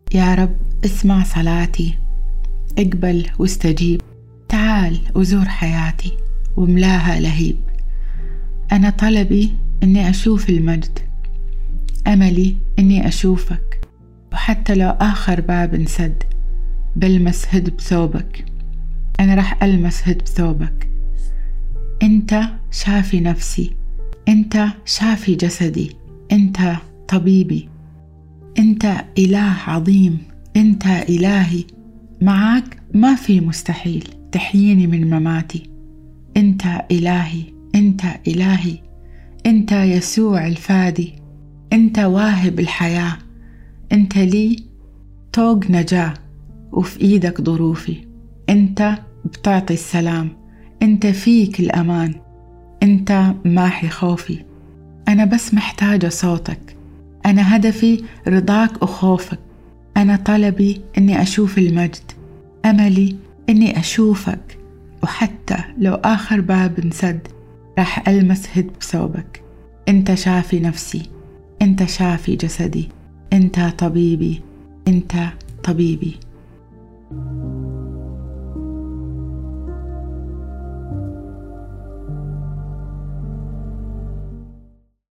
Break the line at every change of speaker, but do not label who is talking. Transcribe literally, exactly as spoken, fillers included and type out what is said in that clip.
يا رب اسمع صلاتي، اقبل واستجيب، تعال وزور حياتي واملاها لهيب. أنا طلبي إني أشوف المجد، أملي إني أشوفك، وحتى لو آخر باب انسد بلمس هد بثوبك. أنا رح ألمس هد بثوبك. أنت شافي نفسي، أنت شافي جسدي، أنت طبيبي، أنت إله عظيم، أنت إلهي. معاك ما في مستحيل تحييني من مماتي. أنت إلهي، أنت إلهي، أنت يسوع الفادي، أنت واهب الحياة، أنت لي طوق نجاة، وفي إيدك ظروفي. أنت بتعطي السلام، أنت فيك الأمان، أنت ماحي خوفي. أنا بس محتاجة صوتك، أنا هدفي رضاك وخوفك. أنا طلبي إني أشوف المجد، أملي إني أشوفك، وحتى لو آخر باب انسد راح ألمس هد بثوبك. أنت شافي نفسي، أنت شافي جسدي، أنت طبيبي، أنت طبيبي.